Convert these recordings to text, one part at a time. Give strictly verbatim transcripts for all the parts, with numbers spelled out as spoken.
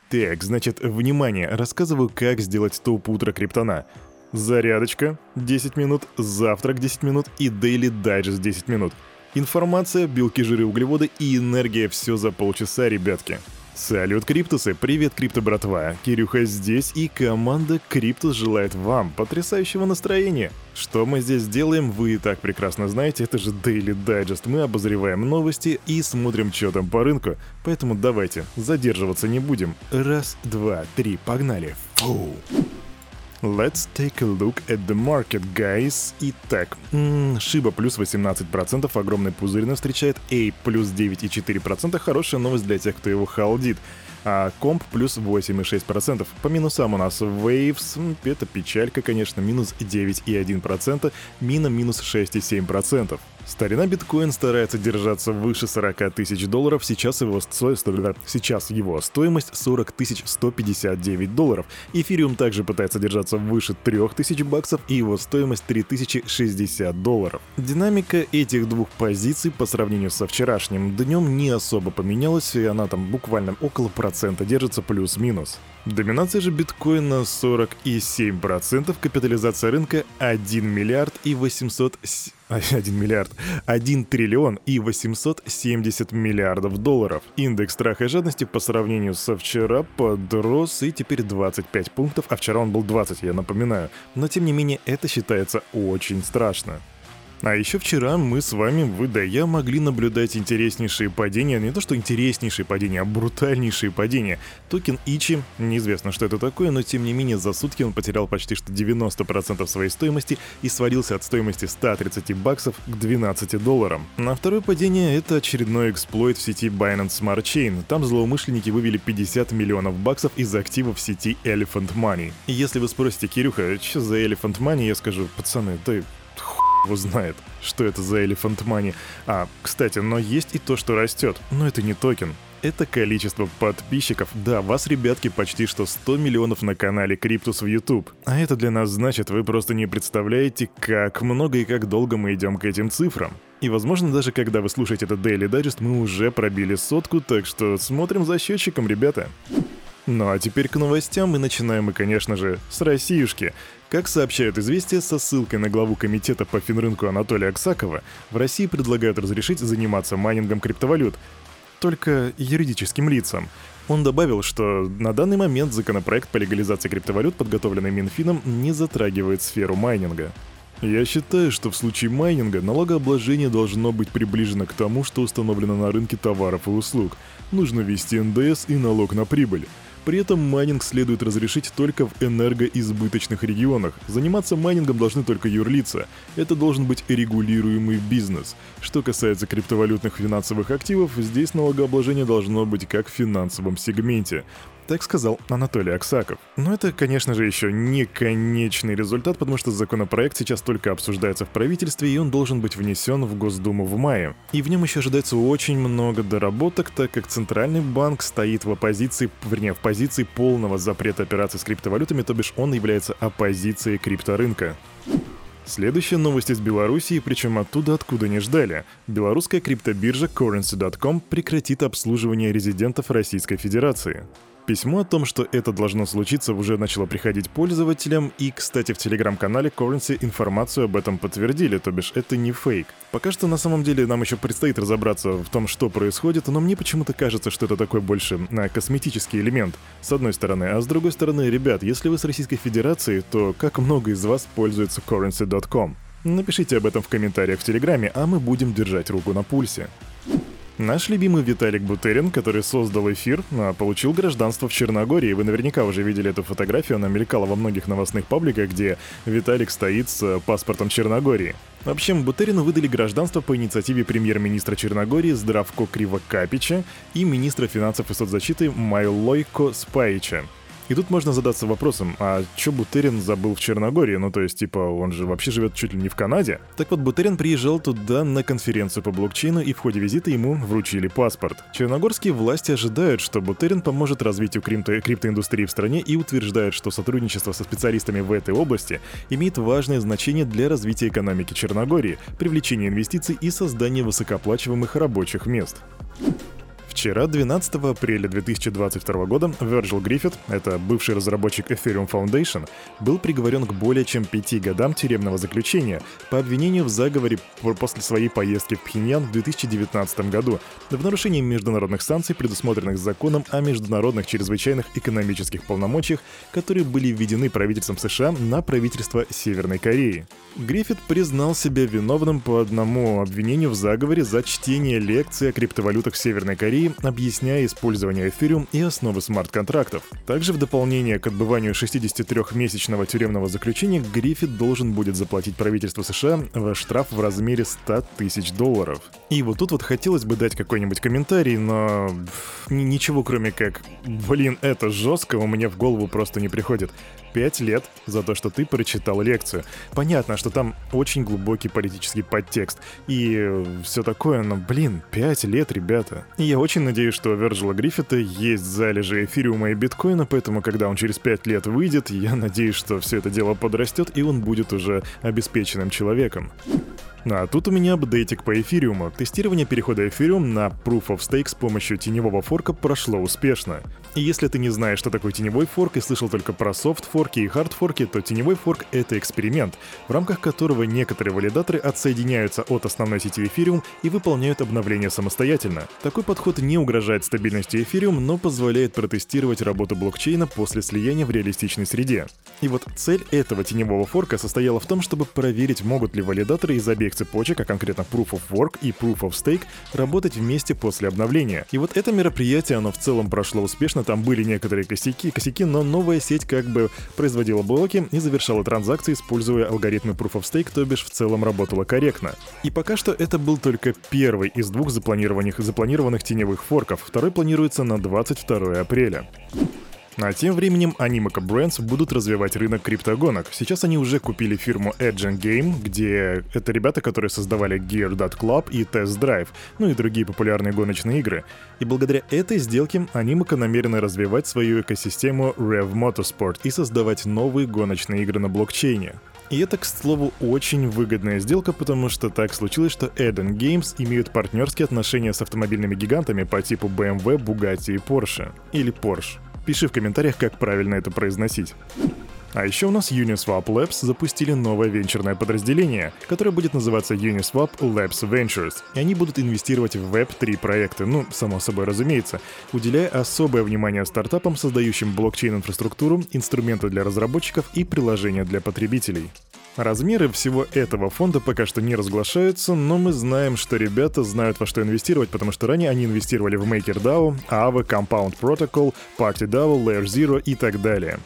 Так, значит, внимание, рассказываю, как сделать топ-утро криптона. Зарядочка десять минут, завтрак десять минут и Daily Digest десять минут. Информация, белки, жиры, углеводы и энергия — все за полчаса, ребятки. Салют, Криптусы! Привет, крипто-братва! Кирюха здесь, и команда Криптус желает вам потрясающего настроения. Что мы здесь делаем, вы и так прекрасно знаете, это же Daily Digest. Мы обозреваем новости и смотрим, что там по рынку. Поэтому давайте, задерживаться не будем. Раз, два, три, погнали! Фу! Let's take a look at the market, guys. Итак, м-м, Шиба плюс восемнадцать процентов, огромный пузырь нас встречает. Эй плюс девять целых четыре десятых процента, хорошая новость для тех, кто его халдит. А комп плюс восемь целых шесть десятых процента. По минусам у нас Waves, это печалька, конечно, минус девять целых один десятый процента, Мина минус шесть целых семь десятых процента. Старина биткоин старается держаться выше сорок тысяч долларов, сейчас его, сто... сейчас его стоимость сорок тысяч сто пятьдесят девять долларов. Эфириум также пытается держаться выше трех тысяч баксов, и его стоимость три тысячи шестьдесят долларов. Динамика этих двух позиций по сравнению со вчерашним днем не особо поменялась, и она там буквально около процента держится плюс-минус. Доминация же биткоина сорок семь процентов, капитализация рынка один миллиард и восемьсот... один миллиард, один триллион и восемьсот семьдесят миллиардов долларов. Индекс страха и жадности по сравнению со вчера подрос и теперь двадцать пять пунктов, а вчера он был двадцать, я напоминаю. Но тем не менее это считается очень страшно. А еще вчера мы с вами, вы да я, могли наблюдать интереснейшие падения, не то что интереснейшие падения, а брутальнейшие падения. Токен Ичи, неизвестно, что это такое, но тем не менее за сутки он потерял почти что девяносто процентов своей стоимости и свалился от стоимости ста тридцати баксов к двенадцати долларам. На второе падение это очередной эксплойт в сети Binance Smart Chain. Там злоумышленники вывели пятьдесят миллионов баксов из активов сети Elephant Money. И если вы спросите, Кирюха, что за Elephant Money, я скажу, пацаны, ты... его знает, что это за Elephant Money. А, кстати, но есть и то, что растет. Но это не токен. Это количество подписчиков. Да, вас, ребятки, почти что сто миллионов на канале Криптус в YouTube. А это для нас значит, вы просто не представляете, как много и как долго мы идем к этим цифрам. И, возможно, даже когда вы слушаете этот Daily Digest, мы уже пробили сотку, так что смотрим за счетчиком, ребята. Ну а теперь к новостям, и начинаем мы, конечно же, с Россиюшки. Как сообщают «Известия» со ссылкой на главу комитета по финрынку Анатолия Аксакова, в России предлагают разрешить заниматься майнингом криптовалют только юридическим лицам. Он добавил, что на данный момент законопроект по легализации криптовалют, подготовленный Минфином, не затрагивает сферу майнинга. Я считаю, что в случае майнинга налогообложение должно быть приближено к тому, что установлено на рынке товаров и услуг. Нужно ввести эн дэ эс и налог на прибыль. При этом майнинг следует разрешить только в энергоизбыточных регионах. Заниматься майнингом должны только юрлица. Это должен быть регулируемый бизнес. Что касается криптовалютных финансовых активов, здесь налогообложение должно быть как в финансовом сегменте. Так сказал Анатолий Аксаков. Но это, конечно же, еще не конечный результат, потому что законопроект сейчас только обсуждается в правительстве, и он должен быть внесен в Госдуму в мае. И в нем еще ожидается очень много доработок, так как Центральный банк стоит в оппозиции, вернее, в позиции полного запрета операций с криптовалютами, то бишь он является оппозицией крипторынка. Следующая новость из Белоруссии, причем оттуда, откуда не ждали. Белорусская криптобиржа Currency точка ком прекратит обслуживание резидентов Российской Федерации. Письмо о том, что это должно случиться, уже начало приходить пользователям, и, кстати, в телеграм-канале Currency информацию об этом подтвердили, то бишь это не фейк. Пока что на самом деле нам еще предстоит разобраться в том, что происходит, но мне почему-то кажется, что это такой больше а, косметический элемент, с одной стороны. А с другой стороны, ребят, если вы с Российской Федерации, то как много из вас пользуется Currency точка ком? Напишите об этом в комментариях в Телеграме, а мы будем держать руку на пульсе. Наш любимый Виталик Бутерин, который создал эфир, получил гражданство в Черногории. Вы наверняка уже видели эту фотографию, она мелькала во многих новостных пабликах, где Виталик стоит с паспортом Черногории. В общем, Бутерину выдали гражданство по инициативе премьер-министра Черногории Здравко Кривокапича и министра финансов и соцзащиты Майлойко Спаича. И тут можно задаться вопросом, а чё Бутерин забыл в Черногории? Ну то есть, типа, он же вообще живет чуть ли не в Канаде. Так вот, Бутерин приезжал туда на конференцию по блокчейну, и в ходе визита ему вручили паспорт. Черногорские власти ожидают, что Бутерин поможет развитию крипто- криптоиндустрии в стране, и утверждают, что сотрудничество со специалистами в этой области имеет важное значение для развития экономики Черногории, привлечения инвестиций и создания высокооплачиваемых рабочих мест. Вчера, двенадцатого апреля две тысячи двадцать второго года, Вирджил Гриффит, это бывший разработчик Ethereum Foundation, был приговорен к более чем пяти годам тюремного заключения по обвинению в заговоре после своей поездки в Пхеньян в две тысячи девятнадцатом году в нарушении международных санкций, предусмотренных законом о международных чрезвычайных экономических полномочиях, которые были введены правительством США на правительство Северной Кореи. Гриффит признал себя виновным по одному обвинению в заговоре за чтение лекции о криптовалютах в Северной Корее, объясняя использование Ethereum и основы смарт-контрактов. Также в дополнение к отбыванию шестидесятитрёхмесячного тюремного заключения Гриффит должен будет заплатить правительству США в штраф в размере ста тысяч долларов. И вот тут вот хотелось бы дать какой-нибудь комментарий, но ничего кроме как «блин, это жестко» у меня в голову просто не приходит. Пять лет за то, что ты прочитал лекцию. Понятно, что там очень глубокий политический подтекст и все такое, но, блин, пять лет, ребята. И я очень надеюсь, что у Вирджила Гриффита есть залежи эфириума и биткоина, поэтому, когда он через пять лет выйдет, я надеюсь, что все это дело подрастет и он будет уже обеспеченным человеком. А тут у меня апдейтик по эфириуму. Тестирование перехода эфириум на Proof of Stake с помощью теневого форка прошло успешно. И если ты не знаешь, что такое теневой форк и слышал только про софт-форки и хард-форки, то теневой форк — это эксперимент, в рамках которого некоторые валидаторы отсоединяются от основной сети эфириум и выполняют обновления самостоятельно. Такой подход не угрожает стабильности эфириум, но позволяет протестировать работу блокчейна после слияния в реалистичной среде. И вот цель этого теневого форка состояла в том, чтобы проверить, могут ли валидаторы из обеих цепочек, а конкретно Proof of Work и Proof of Stake, работать вместе после обновления. И вот это мероприятие, оно в целом прошло успешно, там были некоторые косяки, косяки, но новая сеть как бы производила блоки и завершала транзакции, используя алгоритмы Proof of Stake, то бишь в целом работала корректно. И пока что это был только первый из двух запланированных, запланированных теневых форков, второй планируется на двадцать второе апреля. А тем временем Animoca Brands будут развивать рынок криптогонок. Сейчас они уже купили фирму Edge Game, где это ребята, которые создавали Gear точка Club и Test Drive, ну и другие популярные гоночные игры. И благодаря этой сделке Animoca намерены развивать свою экосистему Rev Motorsport и создавать новые гоночные игры на блокчейне. И это, к слову, очень выгодная сделка, потому что так случилось, что Eden Games имеют партнерские отношения с автомобильными гигантами по типу бэ эм вэ, Bugatti и Porsche. Или Porsche. Пиши в комментариях, как правильно это произносить. А еще у нас Uniswap Labs запустили новое венчурное подразделение, которое будет называться Uniswap Labs Ventures. И они будут инвестировать в веб три проекты, ну, само собой разумеется, уделяя особое внимание стартапам, создающим блокчейн-инфраструктуру, инструменты для разработчиков и приложения для потребителей. Размеры всего этого фонда пока что не разглашаются, но мы знаем, что ребята знают, во что инвестировать, потому что ранее они инвестировали в MakerDAO, Aave, Compound Protocol, PartyDAO, Layer Zero и так далее.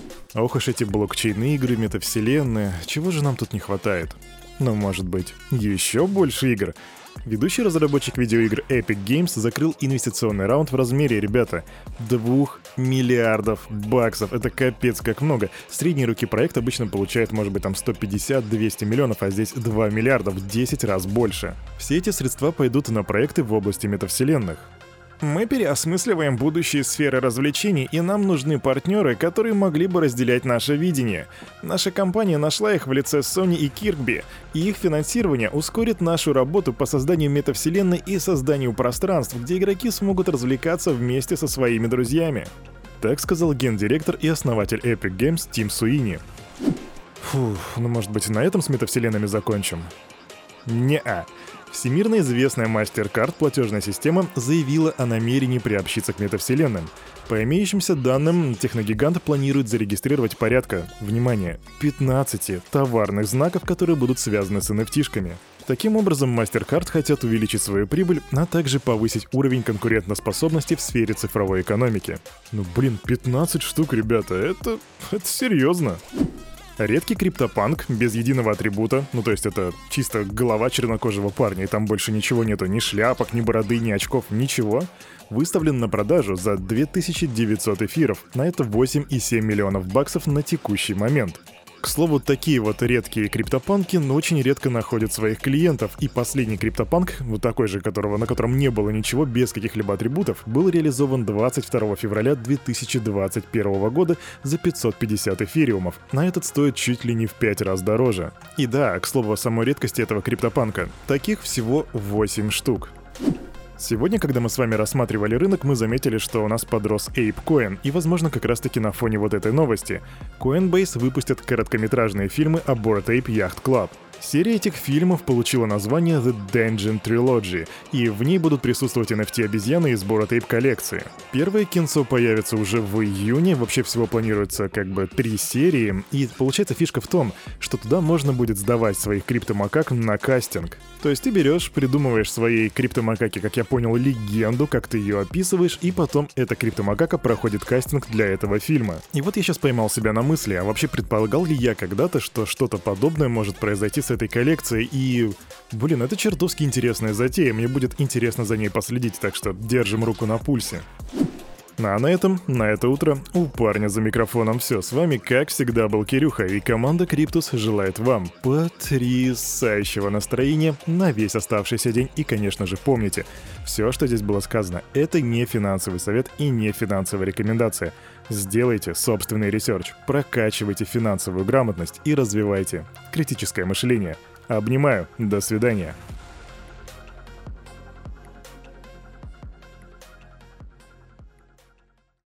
Ох уж эти блокчейны, игры, метавселенные, чего же нам тут не хватает? Ну, может быть, еще больше игр? Ведущий разработчик видеоигр Epic Games закрыл инвестиционный раунд в размере, ребята, двух миллиардов баксов. Это капец как много. Средние руки проект обычно получает, может быть, там сто пятьдесят - двести миллионов, а здесь два миллиарда, в десять раз больше. Все эти средства пойдут на проекты в области метавселенных. Мы переосмысливаем будущие сферы развлечений, и нам нужны партнеры, которые могли бы разделять наше видение. Наша компания нашла их в лице Sony и Kirkby, и их финансирование ускорит нашу работу по созданию метавселенной и созданию пространств, где игроки смогут развлекаться вместе со своими друзьями. Так сказал гендиректор и основатель Epic Games Тим Суини. Фух, ну может быть на этом с метавселенными закончим? Не-а. Всемирно известная MasterCard платежная система заявила о намерении приобщиться к метавселенным. По имеющимся данным, техногигант планирует зарегистрировать порядка, внимание, пятнадцати товарных знаков, которые будут связаны с эн эф ти-шками. Таким образом, MasterCard хотят увеличить свою прибыль, а также повысить уровень конкурентоспособности в сфере цифровой экономики. Ну блин, пятнадцать штук, ребята, это... это серьезно. Редкий криптопанк, без единого атрибута, ну то есть это чисто голова чернокожего парня, и там больше ничего нету, ни шляпок, ни бороды, ни очков, ничего, выставлен на продажу за две тысячи девятьсот эфиров, на это восемь и семь миллионов баксов на текущий момент. К слову, такие вот редкие криптопанки, но очень редко находят своих клиентов, и последний криптопанк, вот такой же, которого, на котором не было ничего, без каких-либо атрибутов, был реализован двадцать второго февраля две тысячи двадцать первого года за пятьсот пятьдесят эфириумов. На этот стоит чуть ли не в пять раз дороже. И да, к слову о самой редкости этого криптопанка, таких всего восемь штук. Сегодня, когда мы с вами рассматривали рынок, мы заметили, что у нас подрос ApeCoin, и, возможно, как раз-таки на фоне вот этой новости. Coinbase выпустят короткометражные фильмы о Bored Ape Yacht Club. Серия этих фильмов получила название The Dungeon Trilogy, и в ней будут присутствовать эн эф ти-обезьяны из Bored Ape коллекции. Первое кинцо появится уже в июне, вообще всего планируется как бы три серии, и получается фишка в том, что туда можно будет сдавать своих криптомакак на кастинг. То есть ты берешь, придумываешь своей криптомакаке, как я понял, легенду, как ты ее описываешь, и потом эта криптомакака проходит кастинг для этого фильма. И вот я сейчас поймал себя на мысли, а вообще предполагал ли я когда-то, что что-то подобное может произойти с этой коллекцией, и... Блин, это чертовски интересная затея, мне будет интересно за ней последить, так что держим руку на пульсе. А на этом, на это утро, у парня за микрофоном все. С вами, как всегда, был Кирюха, и команда Криптус желает вам потрясающего настроения на весь оставшийся день. И, конечно же, помните, все, что здесь было сказано, это не финансовый совет и не финансовая рекомендация. Сделайте собственный ресерч, прокачивайте финансовую грамотность и развивайте критическое мышление. Обнимаю, до свидания.